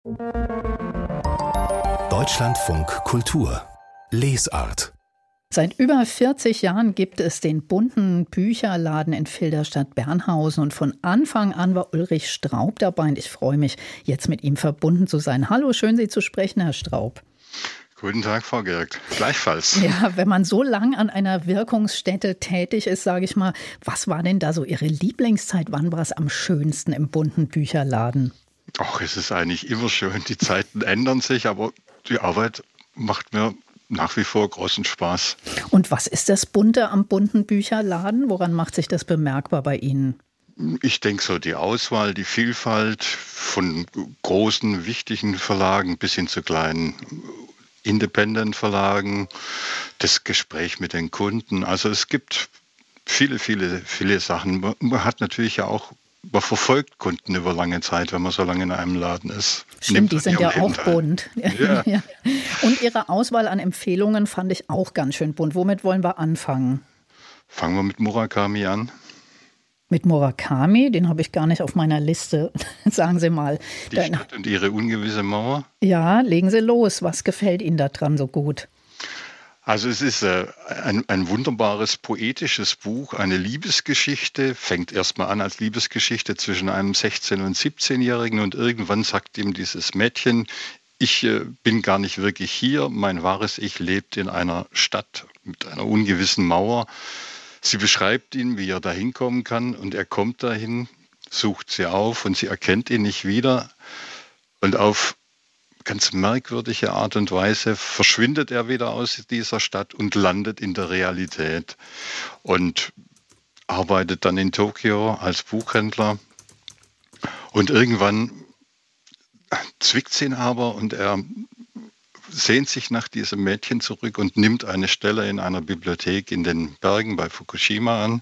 Deutschlandfunk Kultur Lesart. Seit über 40 Jahren gibt es den bunten Bücherladen in Filderstadt-Bernhausen und von Anfang an war Ulrich Straub dabei und ich freue mich, jetzt mit ihm verbunden zu sein. Hallo, schön Sie zu sprechen, Herr Straub. Guten Tag, Frau Gerg. Gleichfalls. Ja, wenn man so lang an einer Wirkungsstätte tätig ist, sage ich mal, was war denn da so Ihre Lieblingszeit? Wann war es am schönsten im bunten Bücherladen? Ach, es ist eigentlich immer schön. Die Zeiten ändern sich, aber die Arbeit macht mir nach wie vor großen Spaß. Und was ist das Bunte am bunten Bücherladen? Woran macht sich das bemerkbar bei Ihnen? Ich denke so, die Auswahl, die Vielfalt von großen, wichtigen Verlagen bis hin zu kleinen Independent-Verlagen, das Gespräch mit den Kunden. Also es gibt viele Sachen. Man hat natürlich ja auch, man verfolgt Kunden über lange Zeit, wenn man so lange in einem Laden ist. Stimmt, die sind ja auch Teil. bunt. Ja. Ja. Und Ihre Auswahl an Empfehlungen fand ich auch ganz schön bunt. Womit wollen wir anfangen? Fangen wir mit Murakami an. Mit Murakami, den habe ich gar nicht auf meiner Liste, sagen Sie mal. Die Stadt und ihre ungewisse Mauer. Ja, legen Sie los. Was gefällt Ihnen daran so gut? Also es ist ein wunderbares poetisches Buch, eine Liebesgeschichte, fängt erstmal an als Liebesgeschichte zwischen einem 16- und 17-Jährigen und irgendwann sagt ihm dieses Mädchen, ich bin gar nicht wirklich hier, mein wahres Ich lebt in einer Stadt mit einer ungewissen Mauer. Sie beschreibt ihn, wie er da hinkommen kann und er kommt dahin, sucht sie auf und sie erkennt ihn nicht wieder und auf ganz merkwürdige Art und Weise verschwindet er wieder aus dieser Stadt und landet in der Realität und arbeitet dann in Tokio als Buchhändler. Und irgendwann zwickt es ihn aber und er sehnt sich nach diesem Mädchen zurück und nimmt eine Stelle in einer Bibliothek in den Bergen bei Fukushima an.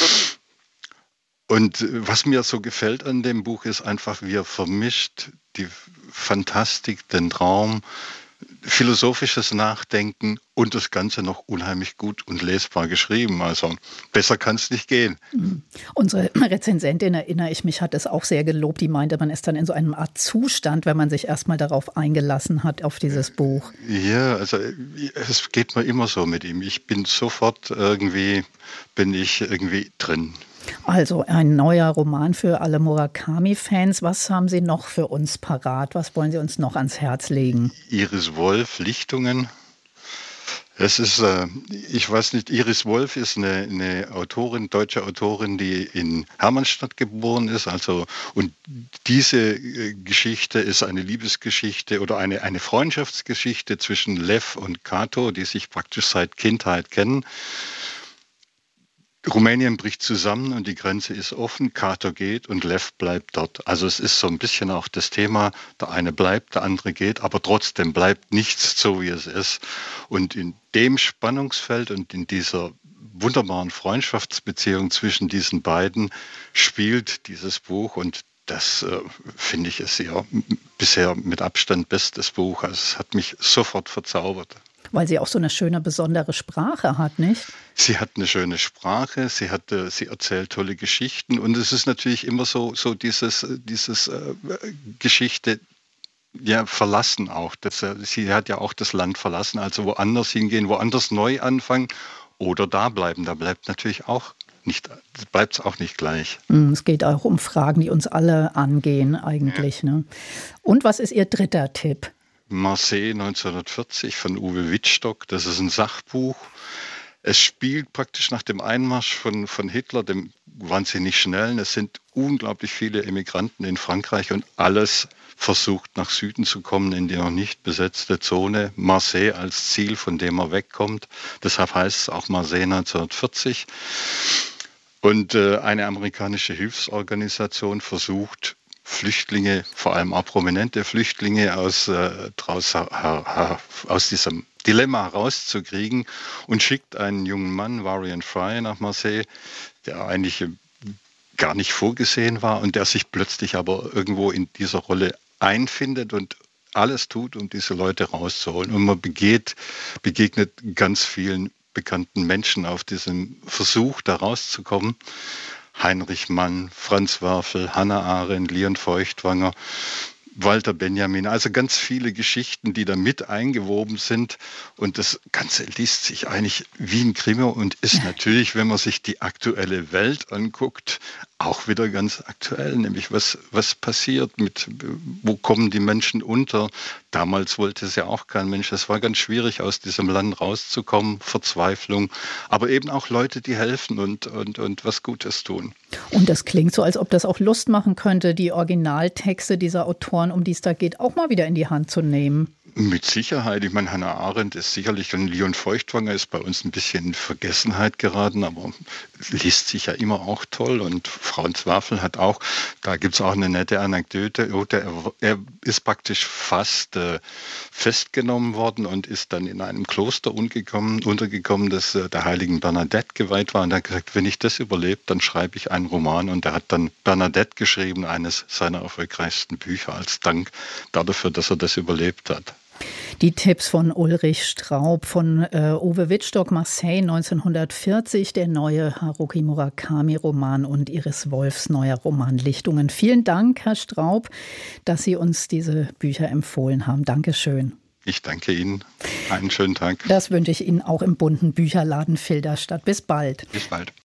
Und was mir so gefällt an dem Buch ist einfach, wie er vermischt die Fantastik, den Traum, philosophisches Nachdenken und das Ganze noch unheimlich gut und lesbar geschrieben. Also besser kann es nicht gehen. Unsere Rezensentin, erinnere ich mich, hat es auch sehr gelobt. Die meinte, man ist dann in so einem Art Zustand, wenn man sich erstmal darauf eingelassen hat, auf dieses Buch. Ja, also es geht mir immer so mit ihm. Ich bin sofort bin ich irgendwie drin. Also ein neuer Roman für alle Murakami-Fans. Was haben Sie noch für uns parat? Was wollen Sie uns noch ans Herz legen? Iris Wolf, Lichtungen. Es ist, ich weiß nicht, Iris Wolf ist eine Autorin, deutsche Autorin, die in Hermannstadt geboren ist. Also, und diese Geschichte ist eine Liebesgeschichte oder eine Freundschaftsgeschichte zwischen Lev und Kato, die sich praktisch seit Kindheit kennen. Rumänien bricht zusammen und die Grenze ist offen, Kato geht und Lev bleibt dort. Also es ist so ein bisschen auch das Thema, der eine bleibt, der andere geht, aber trotzdem bleibt nichts so, wie es ist. Und in dem Spannungsfeld und in dieser wunderbaren Freundschaftsbeziehung zwischen diesen beiden spielt dieses Buch und das finde ich ist ja bisher mit Abstand bestes Buch. Also es hat mich sofort verzaubert. Weil sie auch so eine schöne, besondere Sprache hat, nicht? Sie hat eine schöne Sprache, sie erzählt tolle Geschichten und es ist natürlich immer so dieses Geschichte, ja, verlassen auch. Sie hat ja auch das Land verlassen, also woanders hingehen, woanders neu anfangen oder da bleiben. Da bleibt natürlich auch nicht, bleibt es auch nicht gleich. Es geht auch um Fragen, die uns alle angehen eigentlich. Ja. Ne? Und was ist Ihr dritter Tipp? Marseille 1940 von Uwe Wittstock, das ist ein Sachbuch. Es spielt praktisch nach dem Einmarsch von Hitler, dem wahnsinnig schnellen. Es sind unglaublich viele Emigranten in Frankreich und alles versucht nach Süden zu kommen in die noch nicht besetzte Zone. Marseille als Ziel, von dem er wegkommt. Deshalb heißt es auch Marseille 1940. Und eine amerikanische Hilfsorganisation versucht, Flüchtlinge, vor allem auch prominente Flüchtlinge aus diesem Dilemma herauszukriegen und schickt einen jungen Mann, Varian Fry, nach Marseille, der eigentlich gar nicht vorgesehen war und der sich plötzlich aber irgendwo in dieser Rolle einfindet und alles tut, um diese Leute rauszuholen. Und man begegnet ganz vielen bekannten Menschen auf diesem Versuch, da rauszukommen. Heinrich Mann, Franz Werfel, Hannah Arendt, Leon Feuchtwanger. Walter Benjamin, also ganz viele Geschichten, die da mit eingewoben sind. Und das Ganze liest sich eigentlich wie ein Krimi und ist natürlich, wenn man sich die aktuelle Welt anguckt, auch wieder ganz aktuell, nämlich was passiert wo kommen die Menschen unter? Damals wollte es ja auch kein Mensch. Es war ganz schwierig, aus diesem Land rauszukommen, Verzweiflung, aber eben auch Leute, die helfen und was Gutes tun. Und das klingt so, als ob das auch Lust machen könnte, die Originaltexte dieser Autoren, um die es da geht, auch mal wieder in die Hand zu nehmen. Mit Sicherheit. Ich meine, Hannah Arendt ist sicherlich, und Leon Feuchtwanger ist bei uns ein bisschen in Vergessenheit geraten, aber liest sich ja immer auch toll. Und Franz Wafel hat auch, da gibt es auch eine nette Anekdote. Er ist praktisch fast festgenommen worden und ist dann in einem Kloster untergekommen, das der heiligen Bernadette geweiht war. Und er hat gesagt, wenn ich das überlebe, dann schreibe ich einen Roman. Und er hat dann Bernadette geschrieben, eines seiner erfolgreichsten Bücher, als Dank dafür, dass er das überlebt hat. Die Tipps von Ulrich Straub, von Uwe Wittstock, Marseille 1940, der neue Haruki Murakami-Roman und Iris Wolfs neuer Roman Lichtungen. Vielen Dank, Herr Straub, dass Sie uns diese Bücher empfohlen haben. Dankeschön. Ich danke Ihnen. Einen schönen Tag. Das wünsche ich Ihnen auch im bunten Bücherladen Filderstadt. Bis bald. Bis bald.